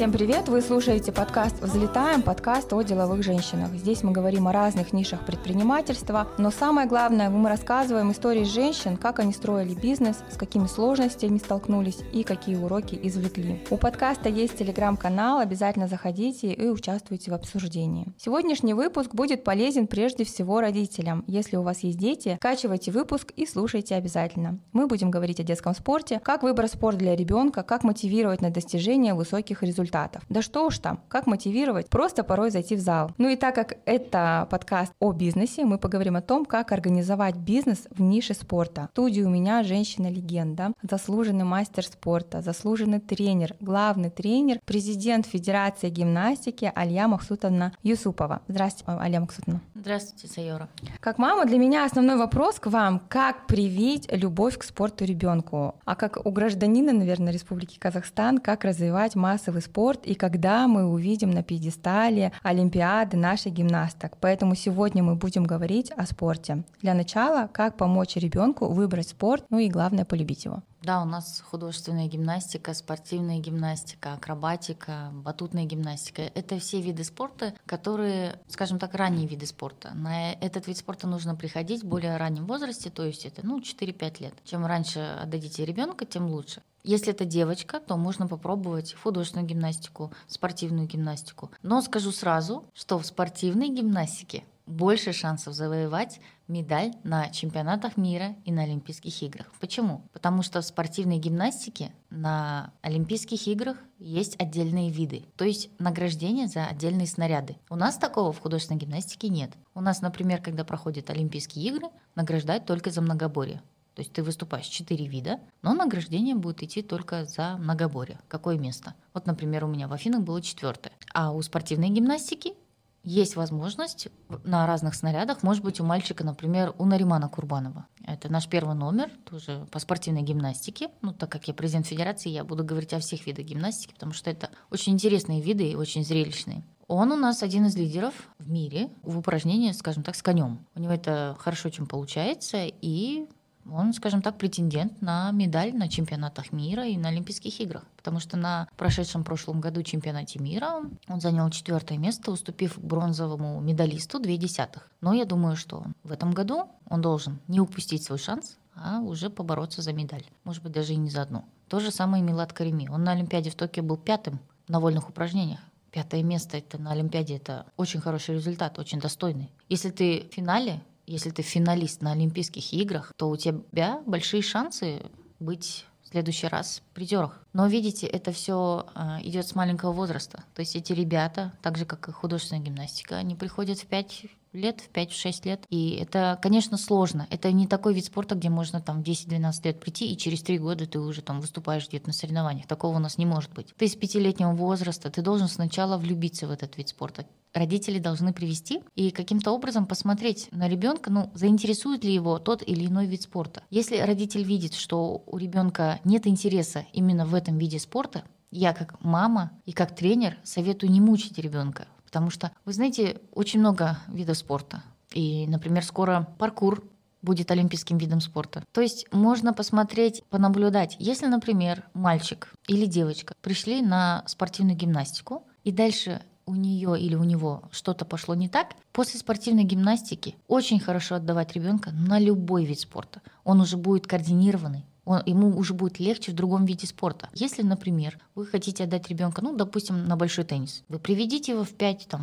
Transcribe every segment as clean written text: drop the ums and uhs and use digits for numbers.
Всем привет! Вы слушаете подкаст «Взлетаем», подкаст о деловых женщинах. Здесь мы говорим о разных нишах предпринимательства, но самое главное, мы рассказываем истории женщин, как они строили бизнес, с какими сложностями столкнулись и какие уроки извлекли. У подкаста есть телеграм-канал, обязательно заходите и участвуйте в обсуждении. Сегодняшний выпуск будет полезен прежде всего родителям. Если у вас есть дети, скачивайте выпуск и слушайте обязательно. Мы будем говорить о детском спорте, как выбрать спорт для ребенка, как мотивировать на достижение высоких результатов. Да что уж там, как мотивировать, просто порой зайти в зал. Ну и так как это подкаст о бизнесе, мы поговорим о том, как организовать бизнес в нише спорта. В студии у меня женщина-легенда, заслуженный мастер спорта, заслуженный тренер, главный тренер, президент Федерации гимнастики Алия Махсутовна Юсупова. Здравствуйте, Алия Махсутовна. Здравствуйте, Сайора. Как мама, для меня основной вопрос к вам: как привить любовь к спорту ребенку? А как у гражданина, наверное, Республики Казахстан, как развивать массовый спорт и когда мы увидим на пьедестале Олимпиады наших гимнасток? Поэтому сегодня мы будем говорить о спорте. Для начала, как помочь ребенку выбрать спорт, ну и главное, полюбить его. Да, у нас художественная гимнастика, спортивная гимнастика, акробатика, батутная гимнастика. Это все виды спорта, которые, скажем так, ранние виды спорта. На этот вид спорта нужно приходить в более раннем возрасте, то есть это 4-5 лет. Чем раньше отдадите ребенка, тем лучше. Если это девочка, то можно попробовать художественную гимнастику, спортивную гимнастику. Но скажу сразу, что в спортивной гимнастике больше шансов завоевать медаль на чемпионатах мира и на Олимпийских играх. Почему? Потому что в спортивной гимнастике на Олимпийских играх есть отдельные виды, то есть награждение за отдельные снаряды. У нас такого в художественной гимнастике нет. У нас, например, когда проходят Олимпийские игры, награждают только за многоборье. То есть ты выступаешь 4 вида, но награждение будет идти только за многоборье. Какое место? Вот, например, у меня в Афинах было 4-е. А у спортивной гимнастики есть возможность на разных снарядах, может быть, у мальчика, например, у Наримана Курбанова. Это наш первый номер, тоже по спортивной гимнастике. Так как я президент федерации, я буду говорить о всех видах гимнастики, потому что это очень интересные виды и очень зрелищные. Он у нас один из лидеров в мире в упражнении, скажем так, с конем. У него это хорошо очень получается, и он, скажем так, претендент на медаль на чемпионатах мира и на Олимпийских играх. Потому что на прошедшем прошлом году чемпионате мира он занял 4-е место, уступив бронзовому медалисту 0,2. Но я думаю, что в этом году он должен не упустить свой шанс, а уже побороться за медаль. Может быть, даже и не за одну. То же самое Милад Карими. Он на Олимпиаде в Токио был 5-м на вольных упражнениях. 5-е место это на Олимпиаде — это очень хороший результат, очень достойный. Если ты в финале, если ты финалист на Олимпийских играх, то у тебя большие шансы быть в следующий раз в призерах. Но видите, это все идет с маленького возраста. То есть эти ребята, так же как и художественная гимнастика, они приходят в 5 лет, в 5-6 лет. И это, конечно, сложно. Это не такой вид спорта, где можно там в 10-12 лет прийти, и через 3 года ты уже там выступаешь где-то на соревнованиях. Такого у нас не может быть. Ты с 5-летнего возраста, ты должен сначала влюбиться в этот вид спорта. Родители должны привести и каким-то образом посмотреть на ребенка, заинтересует ли его тот или иной вид спорта. Если родитель видит, что у ребенка нет интереса именно в этом виде спорта, я как мама и как тренер советую не мучить ребенка, потому что, вы знаете, очень много видов спорта. И, например, скоро паркур будет олимпийским видом спорта. То есть можно посмотреть, понаблюдать. Если, например, мальчик или девочка пришли на спортивную гимнастику, и дальше у нее или у него что-то пошло не так, после спортивной гимнастики очень хорошо отдавать ребенка на любой вид спорта. Он уже будет координированный, ему уже будет легче в другом виде спорта. Если, например, вы хотите отдать ребенка, допустим, на большой теннис, вы приведите его в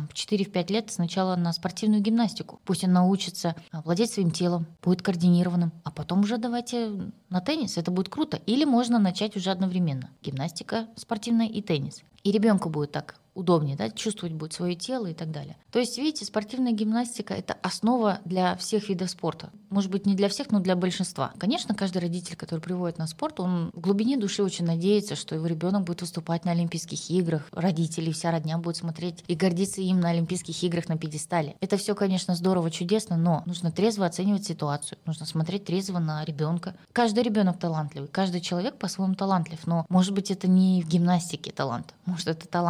4-5 лет сначала на спортивную гимнастику. Пусть он научится владеть своим телом, будет координированным, а потом уже давайте на теннис, это будет круто. Или можно начать уже одновременно. Гимнастика спортивная и теннис. И ребенку будет так удобнее, чувствовать будет свое тело и так далее. То есть, видите, спортивная гимнастика — это основа для всех видов спорта. Может быть, не для всех, но для большинства. Конечно, каждый родитель, который приводит на спорт, он в глубине души очень надеется, что его ребенок будет выступать на Олимпийских играх. Родители, вся родня будет смотреть и гордиться им на Олимпийских играх на пьедестале. Это все, конечно, здорово, чудесно, но нужно трезво оценивать ситуацию. Нужно смотреть трезво на ребенка. Каждый ребенок талантливый, каждый человек по-своему талантлив, но, может быть, это не в гимнастике талант. Может, это талант, я не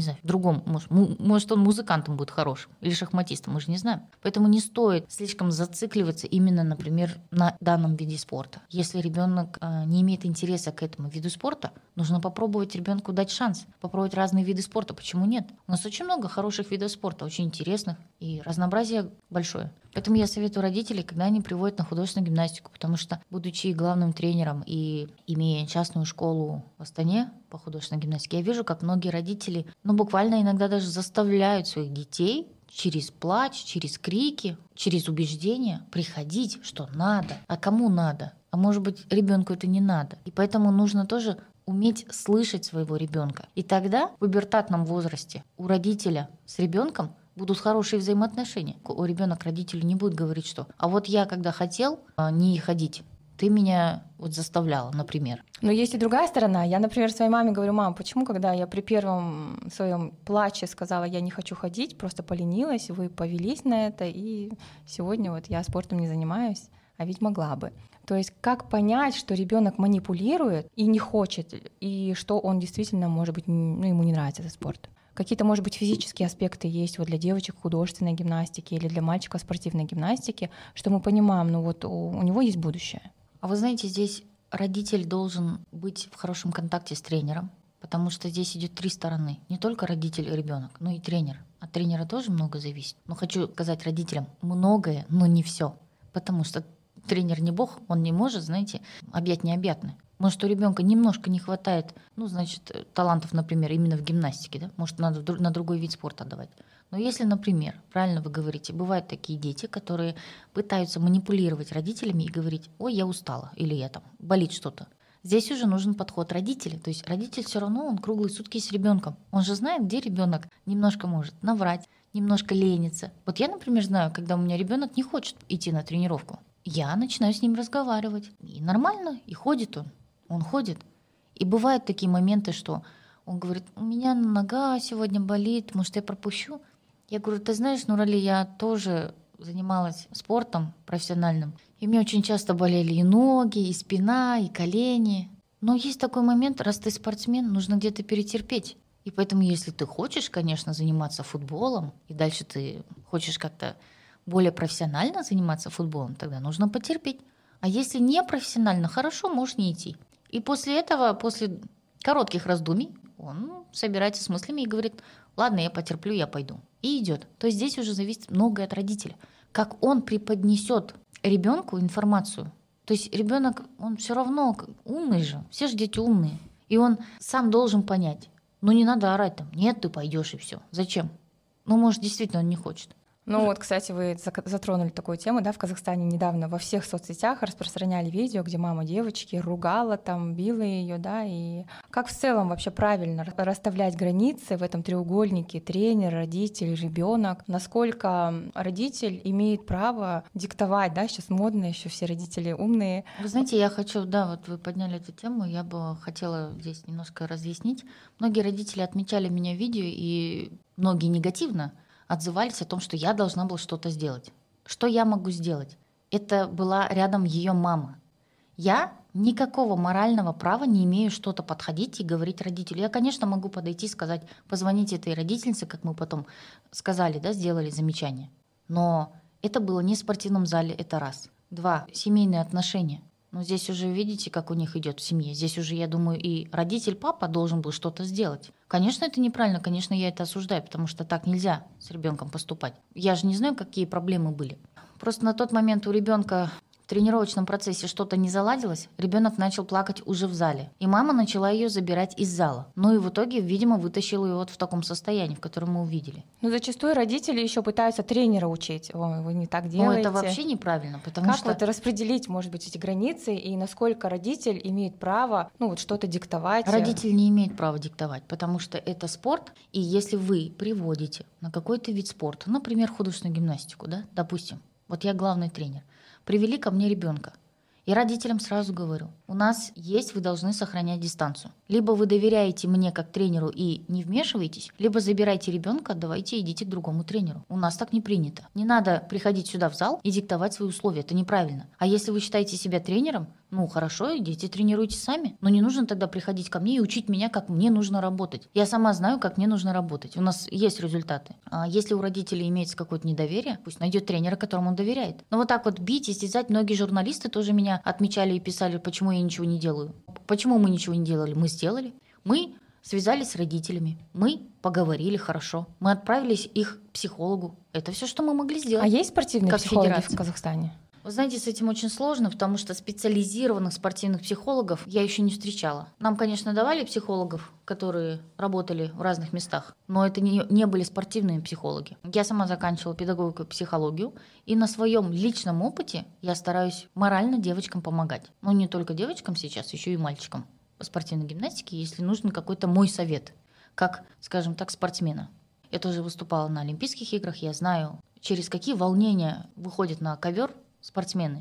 знаю, в другом, может он музыкантом будет хорошим или шахматистом, мы же не знаем. Поэтому не стоит слишком зацикливаться именно, например, на данном виде спорта. Если ребенок не имеет интереса к этому виду спорта, нужно попробовать ребенку дать шанс, попробовать разные виды спорта. Почему нет? У нас очень много хороших видов спорта, очень интересных, и разнообразие большое. Поэтому я советую родителей, когда они приводят на художественную гимнастику, потому что, будучи главным тренером и имея частную школу в Астане по художественной гимнастике, я вижу, как многие родители, буквально иногда даже заставляют своих детей через плач, через крики, через убеждения приходить, что надо. А кому надо? А может быть, ребенку это не надо. И поэтому нужно тоже уметь слышать своего ребенка. И тогда в пубертатном возрасте у родителя с ребенком будут хорошие взаимоотношения. Ребенок родителю не будет говорить, что «а вот я, когда хотел не ходить, ты меня заставляла», например. Но есть и другая сторона. Я, например, своей маме говорю: мам, почему, когда я при первом своем плаче сказала, я не хочу ходить, просто поленилась, вы повелись на это, и сегодня я спортом не занимаюсь, а ведь могла бы. То есть как понять, что ребенок манипулирует и не хочет, и что он действительно, может быть, ему не нравится этот спорт? Какие-то, может быть, физические аспекты есть для девочек художественной гимнастики или для мальчика спортивной гимнастики, что мы понимаем, у него есть будущее. А вы знаете, здесь родитель должен быть в хорошем контакте с тренером, потому что здесь идет 3 стороны. Не только родитель и ребенок, но и тренер. От тренера тоже много зависит. Но хочу сказать родителям: многое, но не все, потому что тренер не бог, он не может, объять необъятное. Может, у ребенка немножко не хватает, талантов, например, именно в гимнастике, да? Может, надо на другой вид спорта отдавать. Но если, например, правильно вы говорите, бывают такие дети, которые пытаются манипулировать родителями и говорить: ой, я устала, или болит что-то. Здесь уже нужен подход родителя. То есть родитель все равно, он круглые сутки с ребенком. Он же знает, где ребенок немножко может наврать, немножко ленится. Вот я, например, знаю, когда у меня ребенок не хочет идти на тренировку, я начинаю с ним разговаривать. И нормально, и ходит он. Он ходит. И бывают такие моменты, что он говорит: у меня нога сегодня болит, может, я пропущу? Я говорю: ты знаешь, Нурали, я тоже занималась спортом профессиональным, и мне очень часто болели и ноги, и спина, и колени. Но есть такой момент, раз ты спортсмен, нужно где-то перетерпеть. И поэтому, если ты хочешь, конечно, заниматься футболом, и дальше ты хочешь как-то более профессионально заниматься футболом, тогда нужно потерпеть. А если не профессионально, хорошо, можешь не идти. И после этого, после коротких раздумий, он собирается с мыслями и говорит: ладно, я потерплю, я пойду. И идет. То есть здесь уже зависит многое от родителя. Как он преподнесет ребенку информацию. То есть ребенок, он все равно умный же, все же дети умные. И он сам должен понять. Не надо орать нет, ты пойдешь и все. Зачем? Может, действительно он не хочет. Кстати, вы затронули такую тему, да, в Казахстане недавно во всех соцсетях распространяли видео, где мама девочки ругала, била ее, да, и как в целом вообще правильно расставлять границы в этом треугольнике: тренер, родитель, ребенок, насколько родитель имеет право диктовать, да, сейчас модно, еще все родители умные. Вы знаете, я хочу, вы подняли эту тему, я бы хотела здесь немножко разъяснить. Многие родители отмечали меня в видео, и многие негативно отзывались о том, что я должна была что-то сделать. Что я могу сделать? Это была рядом ее мама. Я никакого морального права не имею что-то подходить и говорить родителю. Я, конечно, могу подойти и сказать: позвоните этой родительнице, как мы потом сказали, да, сделали замечание. Но это было не в спортивном зале, это раз. 2. Семейные отношения. Здесь уже видите, как у них идет в семье. Здесь уже, я думаю, и родитель, папа должен был что-то сделать. Конечно, это неправильно, конечно, я это осуждаю, потому что так нельзя с ребенком поступать. Я же не знаю, какие проблемы были. Просто на тот момент у ребенка в тренировочном процессе что-то не заладилось, ребенок начал плакать уже в зале. И мама начала ее забирать из зала. И в итоге, видимо, вытащила ее в таком состоянии, в котором мы увидели. Зачастую родители еще пытаются тренера учить. Ой, вы не так делаете. Это вообще неправильно, потому что... Как распределить, может быть, эти границы, и насколько родитель имеет право, что-то диктовать? Родитель не имеет права диктовать, потому что это спорт, и если вы приводите на какой-то вид спорта, например, художественную гимнастику, да, допустим, я главный тренер, привели ко мне ребенка. И родителям сразу говорю: у нас есть, вы должны сохранять дистанцию. Либо вы доверяете мне как тренеру и не вмешиваетесь, либо забирайте ребенка, отдавайте, идите к другому тренеру. У нас так не принято. Не надо приходить сюда в зал и диктовать свои условия. Это неправильно. А если вы считаете себя тренером, Ну, хорошо, идите тренируйтесь сами. Но не нужно тогда приходить ко мне и учить меня, как мне нужно работать. Я сама знаю, как мне нужно работать. У нас есть результаты. А если у родителей имеется какое-то недоверие, пусть найдет тренера, которому он доверяет. Но вот так вот бить, истязать, многие журналисты тоже меня отмечали и писали, почему я ничего не делаю. Почему мы ничего не делали? Мы сделали. Мы связались с родителями. Мы поговорили хорошо. Мы отправились их к психологу. Это все, что мы могли сделать. А есть спортивные как психологи федерация в Казахстане? Вы знаете, с этим очень сложно, потому что специализированных спортивных психологов я еще не встречала. Нам, конечно, давали психологов, которые работали в разных местах, но это не были спортивные психологи. Я сама заканчивала педагогику и психологию, и на своем личном опыте я стараюсь морально девочкам помогать. Ну, не только девочкам сейчас, еще и мальчикам по спортивной гимнастике, если нужен какой-то мой совет, как, скажем так, спортсмена. Я тоже выступала на Олимпийских играх, я знаю, через какие волнения выходят на ковер спортсмены.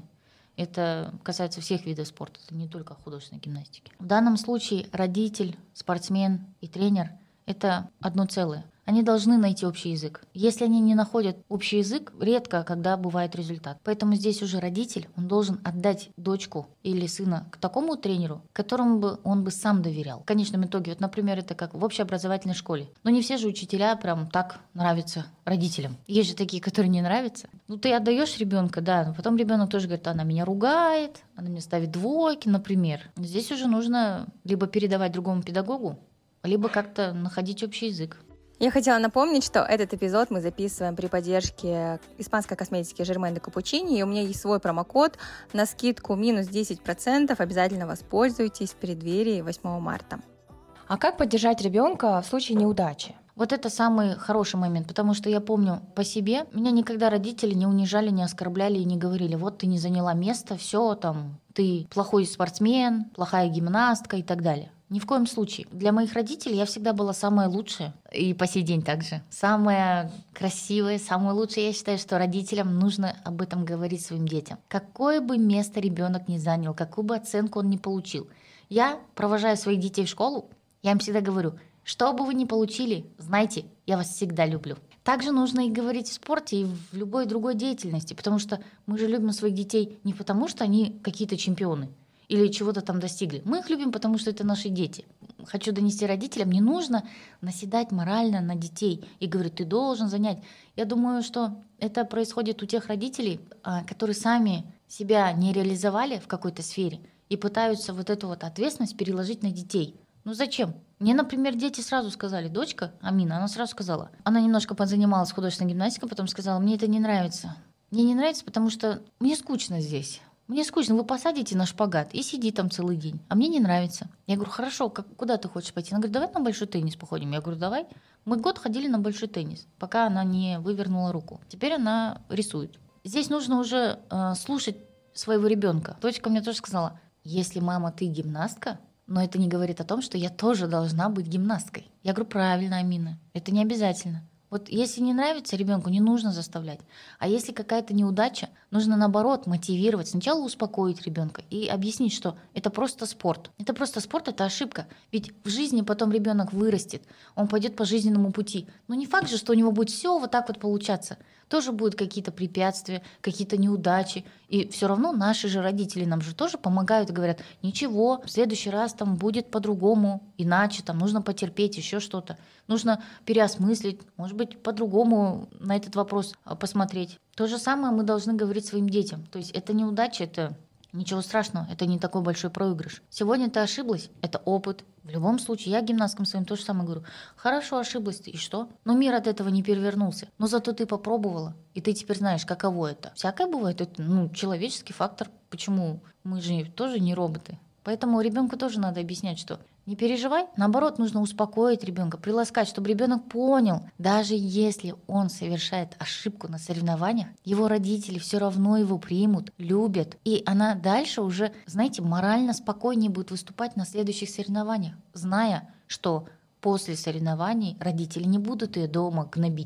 Это касается всех видов спорта, это не только художественной гимнастики. В данном случае родитель, спортсмен и тренер – это одно целое. Они должны найти общий язык. Если они не находят общий язык, редко когда бывает результат. Поэтому здесь уже родитель, он должен отдать дочку или сына к такому тренеру, которому бы он бы сам доверял. В конечном итоге, вот, например, это как в общеобразовательной школе. Но не все же учителя прям так нравятся родителям. Есть же такие, которые не нравятся. Ну, ты отдаешь ребенка, да, но потом ребенок тоже говорит, она меня ругает, она мне ставит двойки, например. Здесь уже нужно либо передавать другому педагогу, либо как-то находить общий язык. Я хотела напомнить, что этот эпизод мы записываем при поддержке испанской косметики Жермен де Капучини, и у меня есть свой промокод на скидку минус 10%. Обязательно воспользуйтесь в преддверии 8 марта. А как поддержать ребенка в случае неудачи? Вот это самый хороший момент, потому что я помню по себе, меня никогда родители не унижали, не оскорбляли и не говорили, вот ты не заняла место, все там, ты плохой спортсмен, плохая гимнастка и так далее. Ни в коем случае. Для моих родителей я всегда была самая лучшая, и по сей день также. Самая красивая, самая лучшая. Я считаю, что родителям нужно об этом говорить своим детям. Какое бы место ребенок ни занял, какую бы оценку он ни получил. Я провожаю своих детей в школу, я им всегда говорю, что бы вы ни получили, знайте, я вас всегда люблю. Также нужно и говорить в спорте, и в любой другой деятельности, потому что мы же любим своих детей не потому, что они какие-то чемпионы, или чего-то там достигли. Мы их любим, потому что это наши дети. Хочу донести родителям, не нужно наседать морально на детей и говорить, ты должен занять. Я думаю, что это происходит у тех родителей, которые сами себя не реализовали в какой-то сфере и пытаются вот эту вот ответственность переложить на детей. Ну зачем? Мне, например, дети сразу сказали, дочка Амина, она сразу сказала, она немножко позанималась художественной гимнастикой, потом сказала, мне это не нравится. Мне не нравится, потому что мне скучно здесь. Мне скучно, вы посадите на шпагат и сиди там целый день. А мне не нравится. Я говорю, хорошо, куда ты хочешь пойти? Она говорит, давай на большой теннис походим. Я говорю, давай. Мы год ходили на большой теннис, пока она не вывернула руку. Теперь она рисует. Здесь нужно уже слушать своего ребенка. Дочка мне тоже сказала, если, мама, ты гимнастка, но это не говорит о том, что я тоже должна быть гимнасткой. Я говорю, правильно, Амина, это не обязательно. Вот если не нравится ребенку, не нужно заставлять. А если какая-то неудача, нужно наоборот мотивировать. Сначала успокоить ребенка и объяснить, что это просто спорт. Это просто спорт, это ошибка. Ведь в жизни потом ребенок вырастет, он пойдет по жизненному пути. Но не факт же, что у него будет все вот так вот получаться. Тоже будут какие-то препятствия, какие-то неудачи. И все равно наши же родители нам же тоже помогают и говорят, ничего, в следующий раз там будет по-другому, иначе, там нужно потерпеть, еще что-то. Нужно переосмыслить, может быть, по-другому на этот вопрос посмотреть. То же самое мы должны говорить своим детям. То есть это неудача, это ничего страшного, это не такой большой проигрыш. Сегодня ты ошиблась, это опыт. В любом случае, я гимнасткам своим то же самое говорю. Хорошо, ошиблась ты, и что? Но мир от этого не перевернулся. Но зато ты попробовала, и ты теперь знаешь, каково это. Всякое бывает, это человеческий фактор. Почему? Мы же тоже не роботы. Поэтому ребенку тоже надо объяснять, что не переживай, наоборот, нужно успокоить ребенка, приласкать, чтобы ребенок понял, даже если он совершает ошибку на соревнованиях, его родители все равно его примут, любят. И она дальше уже, знаете, морально спокойнее будет выступать на следующих соревнованиях, зная, что после соревнований родители не будут ее дома гнобить.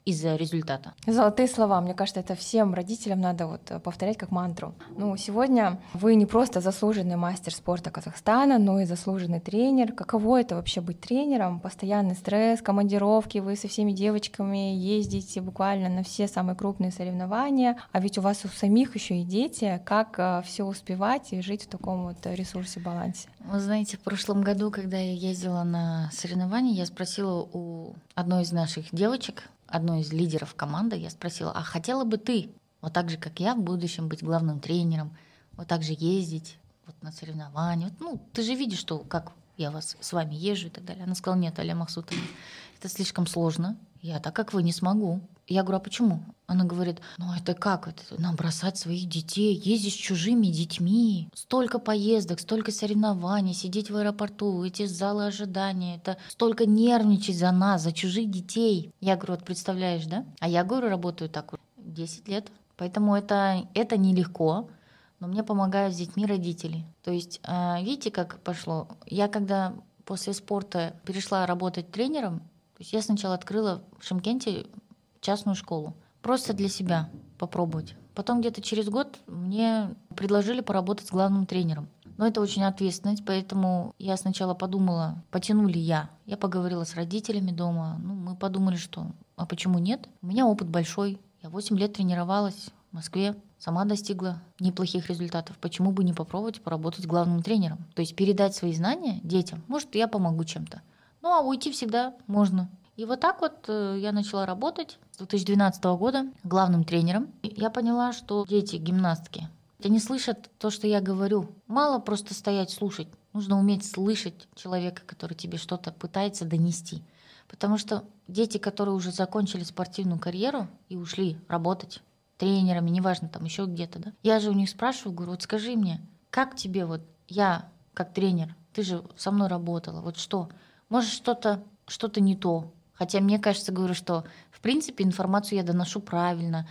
из-за результата. Золотые слова. Мне кажется, это всем родителям надо повторять как мантру. Сегодня вы не просто заслуженный мастер спорта Казахстана, но и заслуженный тренер. Каково это вообще быть тренером? Постоянный стресс, командировки, вы со всеми девочками ездите буквально на все самые крупные соревнования, а ведь у вас у самих еще и дети. Как все успевать и жить в таком ресурсе, балансе? Вы знаете, в прошлом году, когда я ездила на соревнования, я спросила у одной из наших девочек, одной из лидеров команды, я спросила: а хотела бы ты, вот так же, как я, в будущем быть главным тренером, вот так же ездить на соревнования? Ты же видишь, как я с вами езжу и так далее. Она сказала: нет, Аля Махсутовна, это слишком сложно. Я так, как вы, не смогу. Я говорю: а почему? Она говорит: это как? Это нам бросать своих детей, ездить с чужими детьми, столько поездок, столько соревнований, сидеть в аэропорту, эти залы ожидания, это столько нервничать за нас, за чужих детей. Я говорю: представляешь, да? А я, говорю, работаю так 10 лет. Поэтому это нелегко, но мне помогают с детьми родители. То есть, видите, как пошло? Я когда после спорта перешла работать тренером, то есть я сначала открыла в Шымкенте частную школу. Просто для себя попробовать. Потом где-то через год мне предложили поработать с главным тренером. Но это очень ответственность, поэтому я сначала подумала, потяну ли я. Я поговорила с родителями дома. Мы подумали, что а почему нет? У меня опыт большой. Я 8 лет тренировалась в Москве. Сама достигла неплохих результатов. Почему бы не попробовать поработать с главным тренером? То есть передать свои знания детям. Может, я помогу чем-то. А уйти всегда можно. И вот так я начала работать с 2012 года главным тренером. Я поняла, что дети, гимнастки, они слышат то, что я говорю. Мало просто стоять, слушать. Нужно уметь слышать человека, который тебе что-то пытается донести. Потому что дети, которые уже закончили спортивную карьеру и ушли работать тренерами, неважно, там еще где-то, да, я же у них спрашиваю, говорю: скажи мне, как тебе я как тренер, ты же со мной работала, что? Может, что-то не то? Хотя мне кажется, говорю, что в принципе информацию я доношу правильно,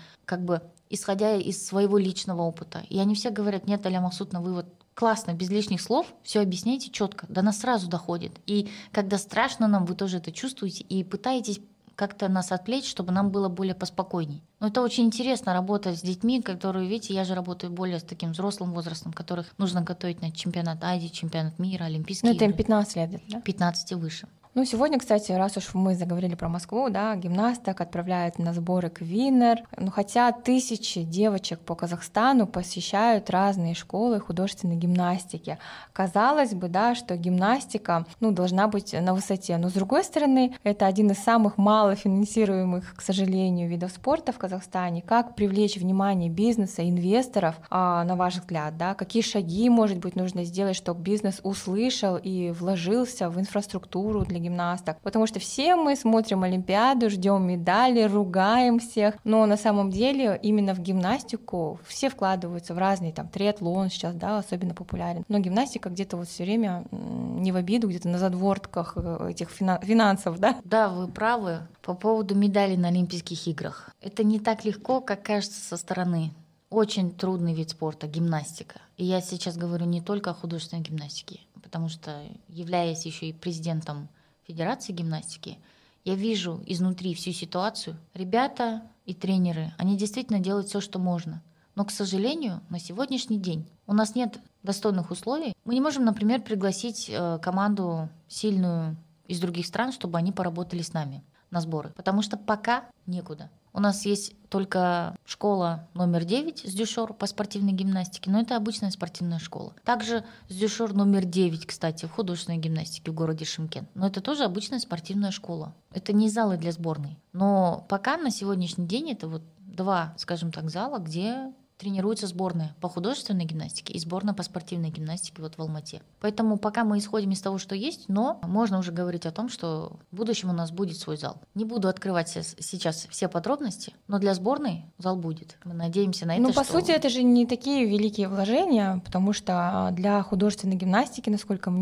исходя из своего личного опыта. И они все говорят: нет, Аля Махсутовна, вы классно, без лишних слов, все объясняете четко, до нас сразу доходит. И когда страшно нам, вы тоже это чувствуете и пытаетесь как-то нас отвлечь, чтобы нам было более поспокойней. Но это очень интересно работать с детьми, которые, видите, я же работаю более с таким взрослым возрастом, которых нужно готовить на чемпионат Азии, чемпионат мира, Олимпийские игры. Это им 15 лет, да? 15 и выше. Сегодня, кстати, раз уж мы заговорили про Москву, да, гимнасток отправляют на сборы к Виннер. Хотя тысячи девочек по Казахстану посещают разные школы художественной гимнастики. Казалось бы, да, что гимнастика, должна быть на высоте. Но с другой стороны, это один из самых малофинансируемых, к сожалению, видов спорта в Казахстане. Как привлечь внимание бизнеса, инвесторов, на ваш взгляд, да? Какие шаги, может быть, нужно сделать, чтобы бизнес услышал и вложился в инфраструктуру для гимнасток, потому что все мы смотрим Олимпиаду, ждем медали, ругаем всех, но на самом деле именно в гимнастику все вкладываются в разные, триатлон сейчас, да, особенно популярен, но гимнастика где-то все время не в обиду, где-то на задворках этих финансов, да? Да, вы правы по поводу медалей на Олимпийских играх. Это не так легко, как кажется со стороны. Очень трудный вид спорта, гимнастика. И я сейчас говорю не только о художественной гимнастике, потому что, являясь еще и президентом Федерации гимнастики, я вижу изнутри всю ситуацию. Ребята и тренеры, они действительно делают все, что можно. Но, к сожалению, на сегодняшний день у нас нет достойных условий. Мы не можем, например, пригласить команду сильную из других стран, чтобы они поработали с нами на сборы. Потому что пока некуда. У нас есть только школа номер 9 с Дюшор по спортивной гимнастике, но это обычная спортивная школа. Также с Дюшор номер 9, кстати, в художественной гимнастике в городе Шымкент. Но это тоже обычная спортивная школа. Это не залы для сборной. Но пока на сегодняшний день это 2, скажем так, зала, где тренируется сборная по художественной гимнастике и сборная по спортивной гимнастике в Алмате. Поэтому пока мы исходим из того, что есть, но можно уже говорить о том, что в будущем у нас будет свой зал. Не буду открывать сейчас все подробности, но для сборной зал будет. Мы надеемся на это. По сути, это же не такие великие вложения, потому что для художественной гимнастики, насколько мне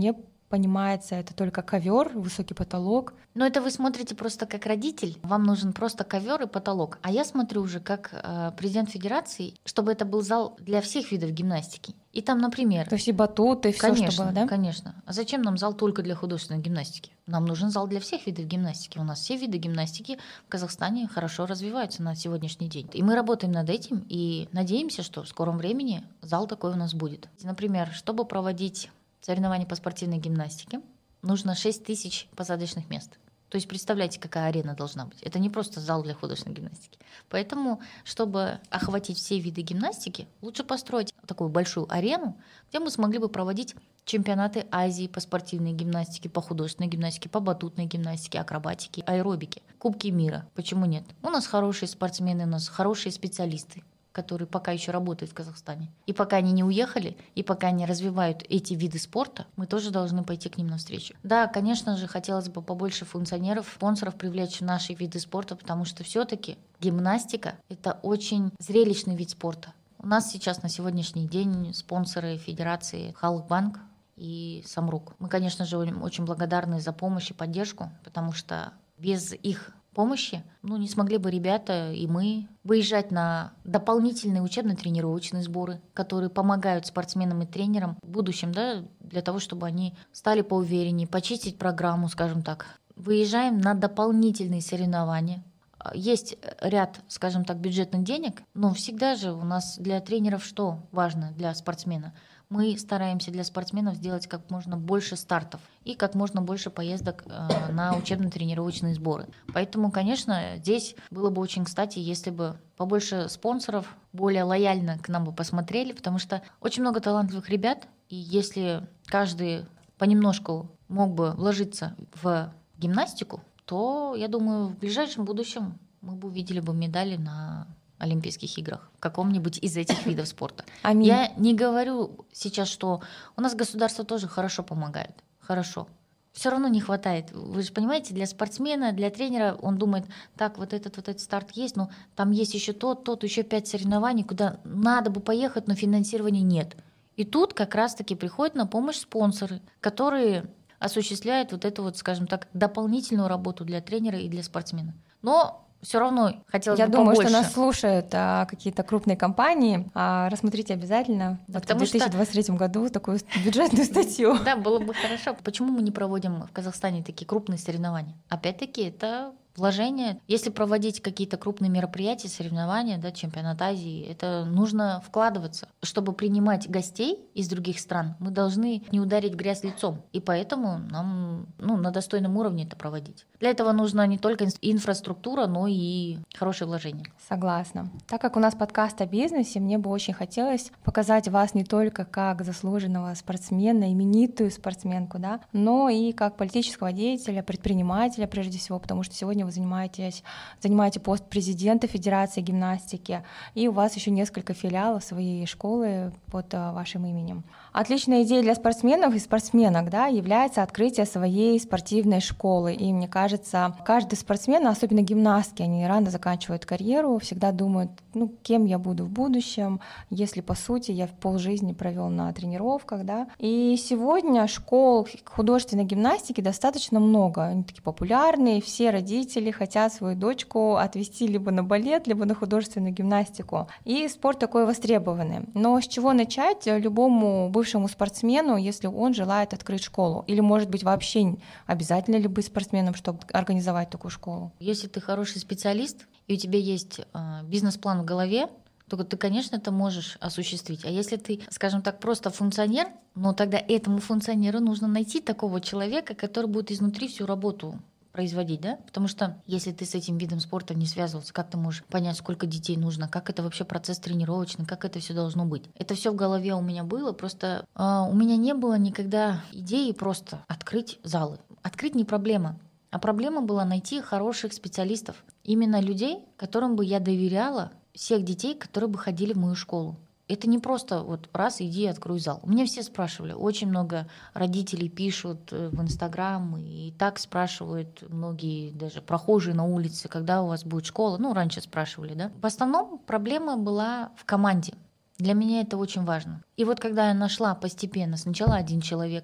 понимается это только ковер, высокий потолок. Но это вы смотрите просто как родитель, вам нужен просто ковер и потолок. А я смотрю уже как президент федерации, чтобы это был зал для всех видов гимнастики. И там, например... То есть и батуты, и все, что было, да? Конечно. А зачем нам зал только для художественной гимнастики? Нам нужен зал для всех видов гимнастики. У нас все виды гимнастики в Казахстане хорошо развиваются на сегодняшний день. И мы работаем над этим и надеемся, что в скором времени зал такой у нас будет. Например, чтобы проводить соревнования по спортивной гимнастике, нужно 6 тысяч посадочных мест. То есть представляете, какая арена должна быть. Это не просто зал для художественной гимнастики. Поэтому, чтобы охватить все виды гимнастики, лучше построить такую большую арену, где мы смогли бы проводить чемпионаты Азии по спортивной гимнастике, по художественной гимнастике, по батутной гимнастике, акробатике, аэробике, Кубки мира. Почему нет? У нас хорошие спортсмены, у нас хорошие специалисты, которые пока еще работают в Казахстане. И пока они не уехали, и пока они развивают эти виды спорта, мы тоже должны пойти к ним навстречу. Да, конечно же, хотелось бы побольше функционеров, спонсоров привлечь в наши виды спорта, потому что все-таки гимнастика — это очень зрелищный вид спорта. У нас сейчас на сегодняшний день спонсоры федерации Халкбанк и Самрук. Мы, конечно же, очень благодарны за помощь и поддержку, потому что без их помощи, не смогли бы ребята и мы выезжать на дополнительные учебно-тренировочные сборы, которые помогают спортсменам и тренерам в будущем, да, для того, чтобы они стали поувереннее, почистить программу, скажем так. Выезжаем на дополнительные соревнования. Есть ряд, скажем так, бюджетных денег, но всегда же у нас для тренеров что важно для спортсмена? Мы стараемся для спортсменов сделать как можно больше стартов и как можно больше поездок на учебно-тренировочные сборы. Поэтому, конечно, здесь было бы очень кстати, если бы побольше спонсоров более лояльно к нам бы посмотрели, потому что очень много талантливых ребят, и если каждый понемножку мог бы вложиться в гимнастику, то, я думаю, в ближайшем будущем мы бы увидели бы медали на Олимпийских играх в каком-нибудь из этих видов спорта. Аминь. Я не говорю сейчас, что у нас государство тоже хорошо помогает. Хорошо. Все равно не хватает. Вы же понимаете, для спортсмена, для тренера он думает, так, вот этот старт есть, но там есть еще тот, еще 5 соревнований, куда надо бы поехать, но финансирования нет. И тут как раз-таки приходят на помощь спонсоры, которые осуществляют вот эту вот, скажем так, дополнительную работу для тренера и для спортсмена. Но все равно хотелось бы побольше. Я думаю, что нас слушают какие-то крупные компании. Рассмотрите обязательно в 2023 году такую бюджетную статью. Да, было бы хорошо. Почему мы не проводим в Казахстане такие крупные соревнования? Опять-таки, это вложение. Если проводить какие-то крупные мероприятия, соревнования, да, чемпионат Азии, это нужно вкладываться. Чтобы принимать гостей из других стран, мы должны не ударить в грязь лицом. И поэтому нам на достойном уровне это проводить. Для этого нужна не только инфраструктура, но и хорошее вложение. Согласна. Так как у нас подкаст о бизнесе, мне бы очень хотелось показать вас не только как заслуженного спортсмена, именитую спортсменку, да, но и как политического деятеля, предпринимателя прежде всего, потому что сегодня вы занимаете пост президента Федерации гимнастики, и у вас еще несколько филиалов своей школы под вашим именем. Отличная идея для спортсменов и спортсменок, да, является открытие своей спортивной школы. И мне кажется, каждый спортсмен, особенно гимнастки, они рано заканчивают карьеру, всегда думают, кем я буду в будущем, если, по сути, я полжизни провел на тренировках, да. И сегодня школ художественной гимнастики достаточно много, они такие популярные, все родители хотят свою дочку отвести либо на балет, либо на художественную гимнастику. И спорт такой востребованный. Но с чего начать любому бывшему спортсмену, если он желает открыть школу? Или, может быть, вообще обязательно ли быть спортсменом, чтобы организовать такую школу? Если ты хороший специалист, и у тебя есть бизнес-план в голове, то ты, конечно, это можешь осуществить. А если ты, скажем так, просто функционер, тогда этому функционеру нужно найти такого человека, который будет изнутри всю работу производить, да? Потому что если ты с этим видом спорта не связывался, как ты можешь понять, сколько детей нужно, как это вообще процесс тренировочный, как это все должно быть? Это все в голове у меня было, просто у меня не было никогда идеи просто открыть залы. Открыть не проблема, а проблема была найти хороших специалистов, именно людей, которым бы я доверяла, всех детей, которые бы ходили в мою школу. Это не просто раз иди открой зал. У меня все спрашивали, очень много родителей пишут в Инстаграм, и так спрашивают многие даже прохожие на улице, когда у вас будет школа. Раньше спрашивали, да. В основном проблема была в команде. Для меня это очень важно. И когда я нашла постепенно, сначала один человек,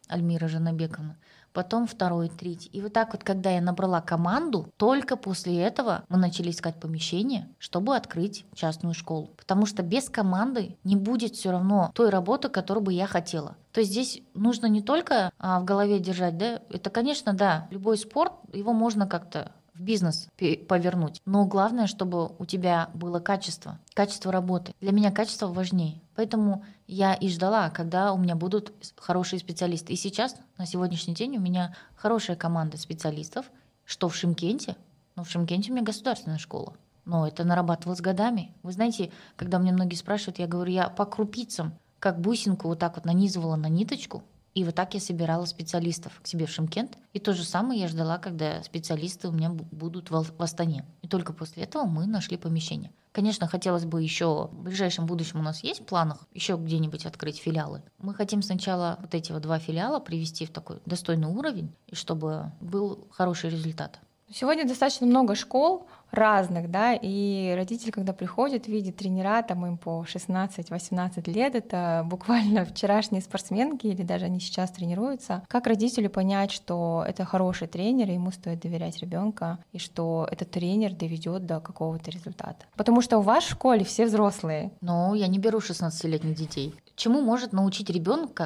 Альмира Жанабековна. Потом второй, третий. И вот так вот, когда я набрала команду, только после этого мы начали искать помещение, чтобы открыть частную школу. Потому что без команды не будет все равно той работы, которую бы я хотела. То есть здесь нужно не только в голове держать, да, это, конечно, да, любой спорт, его можно как-то в бизнес повернуть. Но главное, чтобы у тебя было качество работы. Для меня качество важнее. Поэтому я и ждала, когда у меня будут хорошие специалисты. И сейчас, на сегодняшний день, у меня хорошая команда специалистов, что в Шымкенте. Но в Шымкенте у меня государственная школа. Но это нарабатывалось годами. Вы знаете, когда мне многие спрашивают, я говорю, я по крупицам, как бусинку вот так вот нанизывала на ниточку, и вот так я собирала специалистов к себе в Шымкент. И то же самое я ждала, когда специалисты у меня будут в Астане. И только после этого мы нашли помещение. Конечно, хотелось бы еще в ближайшем будущем, у нас есть в планах еще где-нибудь открыть филиалы. Мы хотим сначала вот эти вот 2 филиала привести в такой достойный уровень, и чтобы был хороший результат. Сегодня достаточно много школ разных, да, и родитель, когда приходит, видит тренера, там им по 16-18 лет, это буквально вчерашние спортсменки, или даже они сейчас тренируются. Как родителю понять, что это хороший тренер, и ему стоит доверять ребенка, и что этот тренер доведет до какого-то результата? Потому что в вашей школе все взрослые. Но я не беру 16-летних детей. Чему может научить ребенок,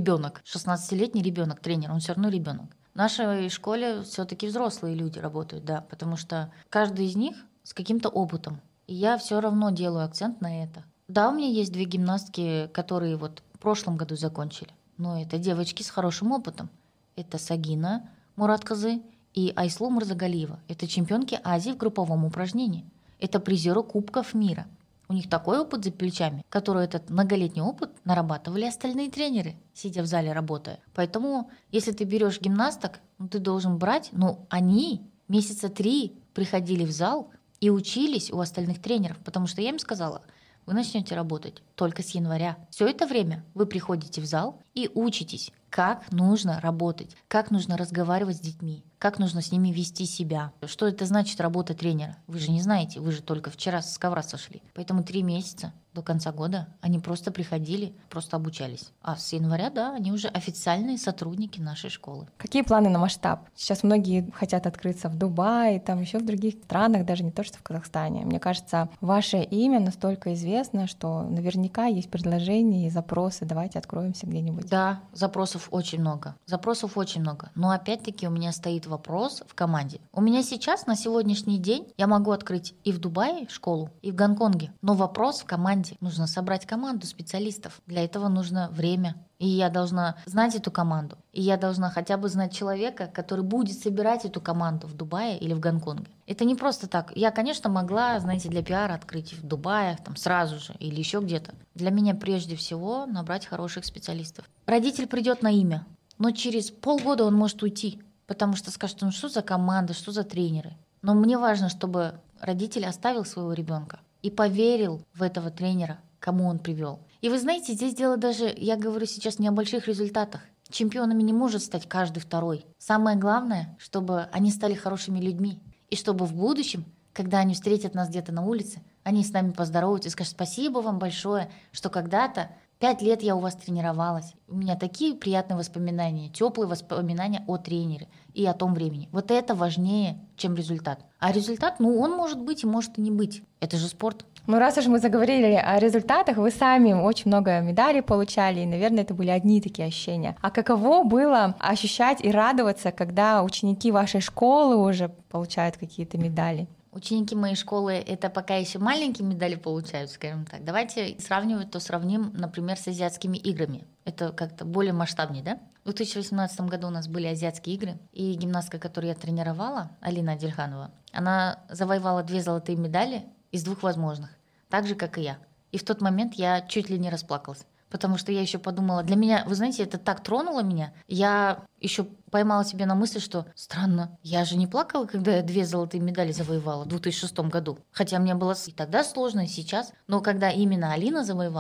16-летний ребенок, тренер, он все равно ребенок. В нашей школе все-таки взрослые люди работают, да, потому что каждый из них с каким-то опытом. И я все равно делаю акцент на это. Да, у меня есть 2 гимнастки, которые вот в прошлом году закончили, но это девочки с хорошим опытом. Это Сагина Муратказы и Айслу Мурзагалиева. Это чемпионки Азии в групповом упражнении. Это призеры Кубков мира. У них такой опыт за плечами, который этот многолетний опыт нарабатывали остальные тренеры, сидя в зале работая. Поэтому, если ты берешь гимнасток, ты должен брать, они месяца 3 приходили в зал и учились у остальных тренеров, потому что я им сказала, вы начнете работать только с января. Все это время вы приходите в зал и учитесь, как нужно работать, как нужно разговаривать с детьми, как нужно с ними вести себя. Что это значит работа тренера? Вы же не знаете, вы же только вчера с ковра сошли. Поэтому 3 месяца до конца года они просто приходили, просто обучались. А с января, да, они уже официальные сотрудники нашей школы. Какие планы на масштаб? Сейчас многие хотят открыться в Дубае, там еще в других странах, даже не то, что в Казахстане. Мне кажется, ваше имя настолько известно, что наверняка есть предложения и запросы. Давайте откроемся где-нибудь. Да, запросов очень много. Но опять-таки у меня стоит вопрос в команде. У меня сейчас, на сегодняшний день, я могу открыть и в Дубае школу, и в Гонконге. Но вопрос в команде. Нужно собрать команду специалистов. Для этого нужно время. И я должна знать эту команду. И я должна хотя бы знать человека, который будет собирать эту команду в Дубае или в Гонконге. Это не просто так. Я, конечно, могла, знаете, для пиара открыть в Дубае там, сразу же или еще где-то. Для меня прежде всего набрать хороших специалистов. Родитель придет на имя, но через полгода он может уйти, потому что скажет, что за команда, что за тренеры. Но мне важно, чтобы родитель оставил своего ребенка и поверил в этого тренера, кому он привел. И вы знаете, здесь дело даже, я говорю сейчас не о больших результатах. Чемпионами не может стать каждый второй. Самое главное, чтобы они стали хорошими людьми. И чтобы в будущем, когда они встретят нас где-то на улице, они с нами поздороваются и скажут спасибо вам большое, что когда-то 5 лет я у вас тренировалась. У меня такие приятные воспоминания, теплые воспоминания о тренере и о том времени. Вот это важнее, чем результат. А результат, он может быть и может и не быть. Это же спорт. Раз уж мы заговорили о результатах, вы сами очень много медалей получали, и, наверное, это были одни такие ощущения. А каково было ощущать и радоваться, когда ученики вашей школы уже получают какие-то медали? Ученики моей школы это пока еще маленькие медали получают, скажем так. Давайте сравнивать, то сравним, например, с азиатскими играми. Это как-то более масштабнее, да? В 2018 году у нас были азиатские игры, и гимнастка, которую я тренировала, Алина Адельханова, она завоевала 2 золотые медали из 2 возможных, так же, как и я. И в тот момент я чуть ли не расплакалась. Потому что я еще подумала, для меня, вы знаете, это так тронуло меня. Я еще поймала себя на мысли, что странно, я же не плакала, когда я 2 золотые медали завоевала в 2006 году. Хотя мне было и тогда сложно, и сейчас. Но когда именно Алина завоевала,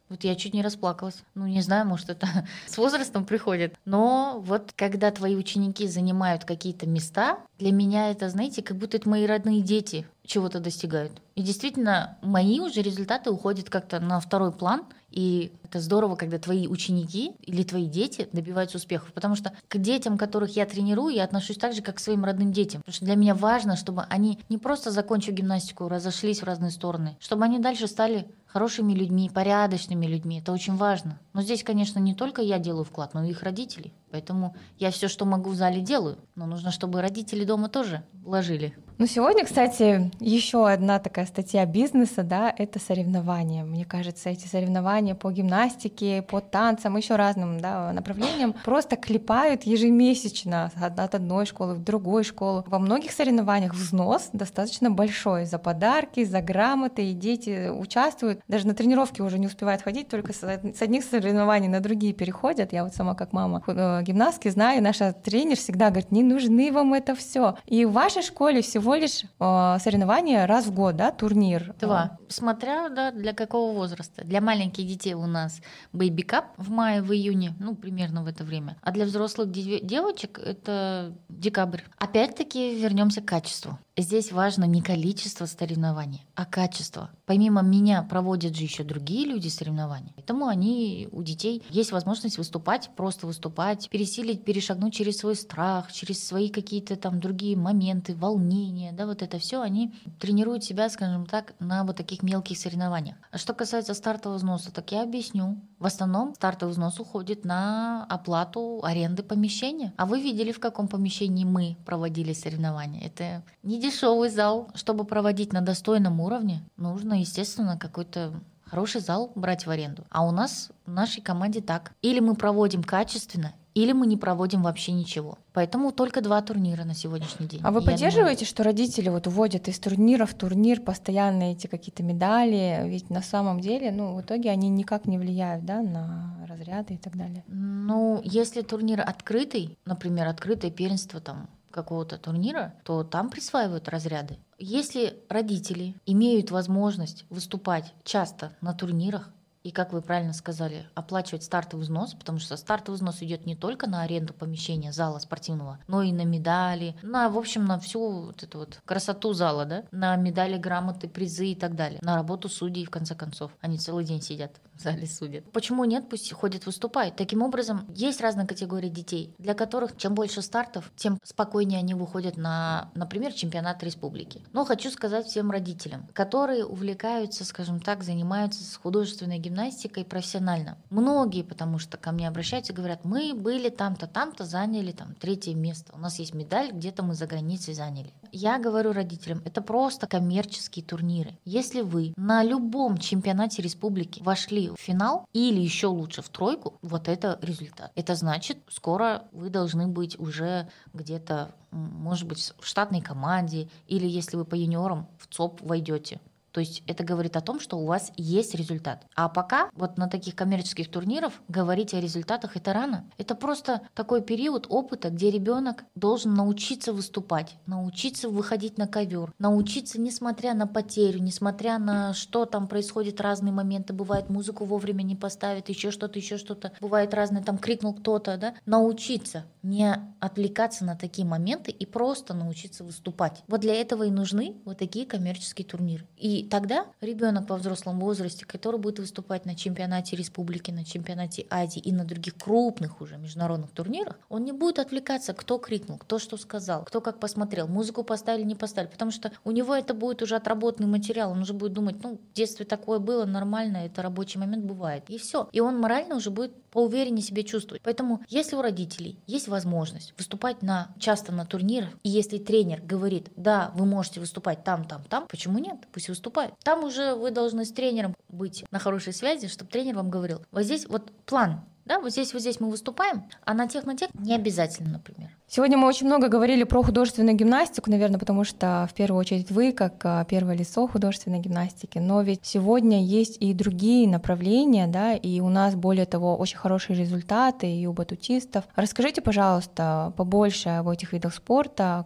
Вот я чуть не расплакалась. Ну, не знаю, может, это с возрастом приходит. Но вот когда твои ученики занимают какие-то места, для меня это, знаете, как будто это мои родные дети чего-то достигают. И действительно, мои уже результаты уходят как-то на второй план. И это здорово, когда твои ученики или твои дети добиваются успехов. Потому что к детям, которых я тренирую, я отношусь так же, как к своим родным детям. Потому что для меня важно, чтобы они не просто, закончив гимнастику, разошлись в разные стороны, чтобы они дальше стали хорошими людьми, порядочными людьми. Это очень важно. Но здесь, конечно, не только я делаю вклад, но и их родители. Поэтому я все, что могу в зале, делаю. Но нужно, чтобы родители дома тоже вложили. Ну, сегодня, кстати, еще одна такая статья бизнеса, да, это соревнования. Мне кажется, эти соревнования по гимнастике, по танцам, еще разным, да, направлениям просто клепают ежемесячно от одной школы в другую школу. Во многих соревнованиях взнос достаточно большой за подарки, за грамоты, и дети участвуют. Даже на тренировки уже не успевают ходить, только с одних соревнований на другие переходят. Я вот сама как мама гимнастки знаю, наша тренер всегда говорит, не нужны вам это все. И в вашей школе всего лишь соревнования раз в год, да, турнир? 2. Смотря, да, для какого возраста. Для маленьких детей у нас Baby Cup в мае, в июне, ну, примерно в это время. А для взрослых девочек это декабрь. Опять-таки вернемся к качеству. Здесь важно не количество соревнований, а качество. Помимо меня проводят же еще другие люди соревнования. Поэтому у детей есть возможность выступать, просто выступать, пересилить, перешагнуть через свой страх, через свои какие-то там другие моменты, волнения, да, вот это все они тренируют себя, скажем так, на вот таких мелких соревнованиях. А что касается стартового взноса, так я объясню. В основном стартовый взнос уходит на оплату аренды помещения. А вы видели, в каком помещении мы проводили соревнования? Это не дешевый зал. Чтобы проводить на достойном уровне, нужно, естественно, какой-то хороший зал брать в аренду. А у нас в нашей команде так. Или мы проводим качественно, или мы не проводим вообще ничего. Поэтому только 2 турнира на сегодняшний день. А вы поддерживаете, что родители вот уводят из турнира в турнир постоянно эти какие-то медали? Ведь на самом деле, ну, в итоге они никак не влияют, да, на разряды и так далее. Ну, если турнир открытый, например, открытое первенство там какого-то турнира, то там присваивают разряды. Если родители имеют возможность выступать часто на турнирах, и, как вы правильно сказали, оплачивать стартовый взнос, потому что стартовый взнос идет не только на аренду помещения зала спортивного, но и на медали, в общем, на всю вот эту вот красоту зала, да, на медали, грамоты, призы и так далее, на работу судей, в конце концов. Они целый день сидят в зале, судят. Почему нет? Пусть ходят, выступают. Таким образом, есть разные категории детей, для которых чем больше стартов, тем спокойнее они выходят на, например, чемпионат республики. Но хочу сказать всем родителям, которые увлекаются, скажем так, занимаются с художественной гимнастикой профессионально. Многие, потому что ко мне обращаются и говорят, мы были там-то, там-то, заняли там 3-е место. У нас есть медаль, где-то мы за границей заняли. Я говорю родителям, это просто коммерческие турниры. Если вы на любом чемпионате республики вошли в финал или еще лучше в тройку, вот это результат. Это значит, скоро вы должны быть уже где-то, может быть, в штатной команде или если вы по юниорам в ЦОП войдете. То есть это говорит о том, что у вас есть результат. А пока вот на таких коммерческих турнирах говорить о результатах это рано. Это просто такой период опыта, где ребенок должен научиться выступать, научиться выходить на ковер, научиться, несмотря на потерю, несмотря на что там происходит, разные моменты. Бывает, музыку вовремя не поставят, еще что-то. Бывает разное, там крикнул кто-то, да. Научиться не отвлекаться на такие моменты и просто научиться выступать. Вот для этого и нужны вот такие коммерческие турниры. И тогда ребенок во взрослом возрасте, который будет выступать на чемпионате республики, на чемпионате Азии и на других крупных уже международных турнирах, он не будет отвлекаться, кто крикнул, кто что сказал, кто как посмотрел, музыку поставили, не поставили, потому что у него это будет уже отработанный материал, он уже будет думать, в детстве такое было, нормально, это рабочий момент бывает, и все. И он морально уже будет поувереннее себя чувствовать. Поэтому, если у родителей есть возможность выступать часто на турнирах, и если тренер говорит, да, вы можете выступать там, почему нет? Пусть выступает. Там уже вы должны с тренером быть на хорошей связи, чтобы тренер вам говорил, вот здесь вот план, да, вот здесь мы выступаем, а на тех не обязательно, например. Сегодня мы очень много говорили про художественную гимнастику, наверное, потому что в первую очередь вы как первое лицо художественной гимнастики, но ведь сегодня есть и другие направления, да, и у нас, более того, очень хорошие результаты и у батутистов. Расскажите, пожалуйста, побольше об этих видах спорта,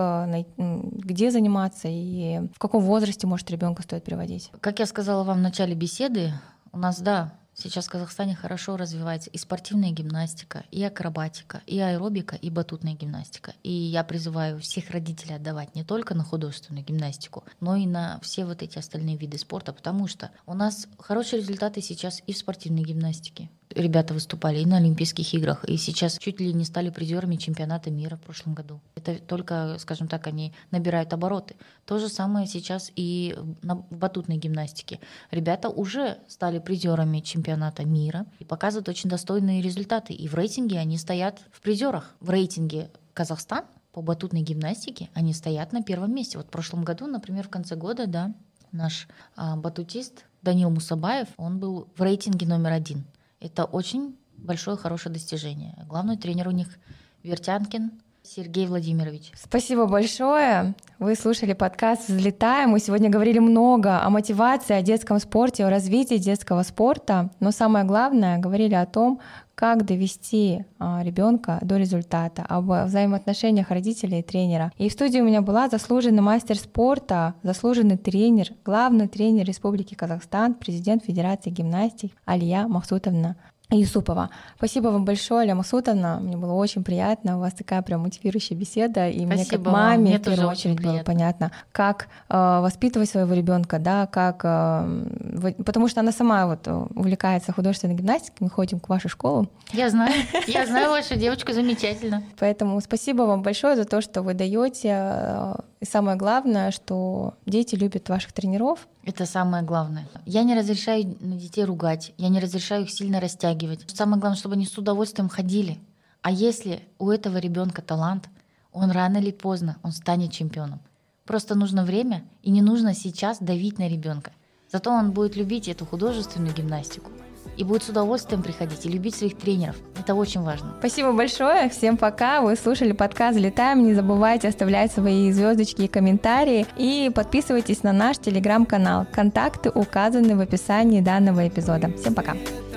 где заниматься и в каком возрасте, может, ребенка стоит приводить. Как я сказала вам в начале беседы, у нас, да, Сейчас в Казахстане хорошо развивается и спортивная гимнастика, и акробатика, и аэробика, и батутная гимнастика. И я призываю всех родителей отдавать не только на художественную гимнастику, но и на все вот эти остальные виды спорта, потому что у нас хорошие результаты сейчас и в спортивной гимнастике. Ребята выступали и на Олимпийских играх, и сейчас чуть ли не стали призерами чемпионата мира в прошлом году. Это только, скажем так, они набирают обороты. То же самое сейчас и в батутной гимнастике. Ребята уже стали призерами чемпионата мира и показывают очень достойные результаты. И в рейтинге они стоят в призерах. В рейтинге Казахстан по батутной гимнастике они стоят на первом месте. Вот в прошлом году, например, в конце года, да, наш батутист Данил Мусабаев, он был в рейтинге номер 1. Это очень большое, хорошее достижение. Главный тренер у них Вертянкин Сергей Владимирович. Спасибо большое. Вы слушали подкаст «Взлетаем». Мы сегодня говорили много о мотивации, о детском спорте, о развитии детского спорта. Но самое главное, говорили о том, как довести ребенка до результата, об взаимоотношениях родителей и тренера. И в студии у меня была заслуженный мастер спорта, заслуженный тренер, главный тренер Республики Казахстан, президент Федерации гимнастики Алия Махсутовна Юсупова. Спасибо вам большое, Алия Махсутовна. Мне было очень приятно. У вас такая прям мотивирующая беседа. И мне как маме в первую очередь было понятно, как воспитывать своего ребенка, да, как, потому что она сама вот увлекается художественной гимнастикой. Мы ходим к вашей школе. Я знаю вашу девочку замечательно. Поэтому спасибо вам большое за то, что вы даете. И самое главное, что дети любят ваших тренеров. Это самое главное. Я не разрешаю на детей ругать, я не разрешаю их сильно растягивать. Самое главное, чтобы они с удовольствием ходили. А если у этого ребенка талант, он рано или поздно он станет чемпионом. Просто нужно время, и не нужно сейчас давить на ребенка. Зато он будет любить эту художественную гимнастику и будет с удовольствием приходить и любить своих тренеров. Это очень важно. Спасибо большое. Всем пока. Вы слушали подкаст «Взлетаем». Не забывайте оставлять свои звездочки и комментарии. И подписывайтесь на наш телеграм-канал. Контакты указаны в описании данного эпизода. Всем пока.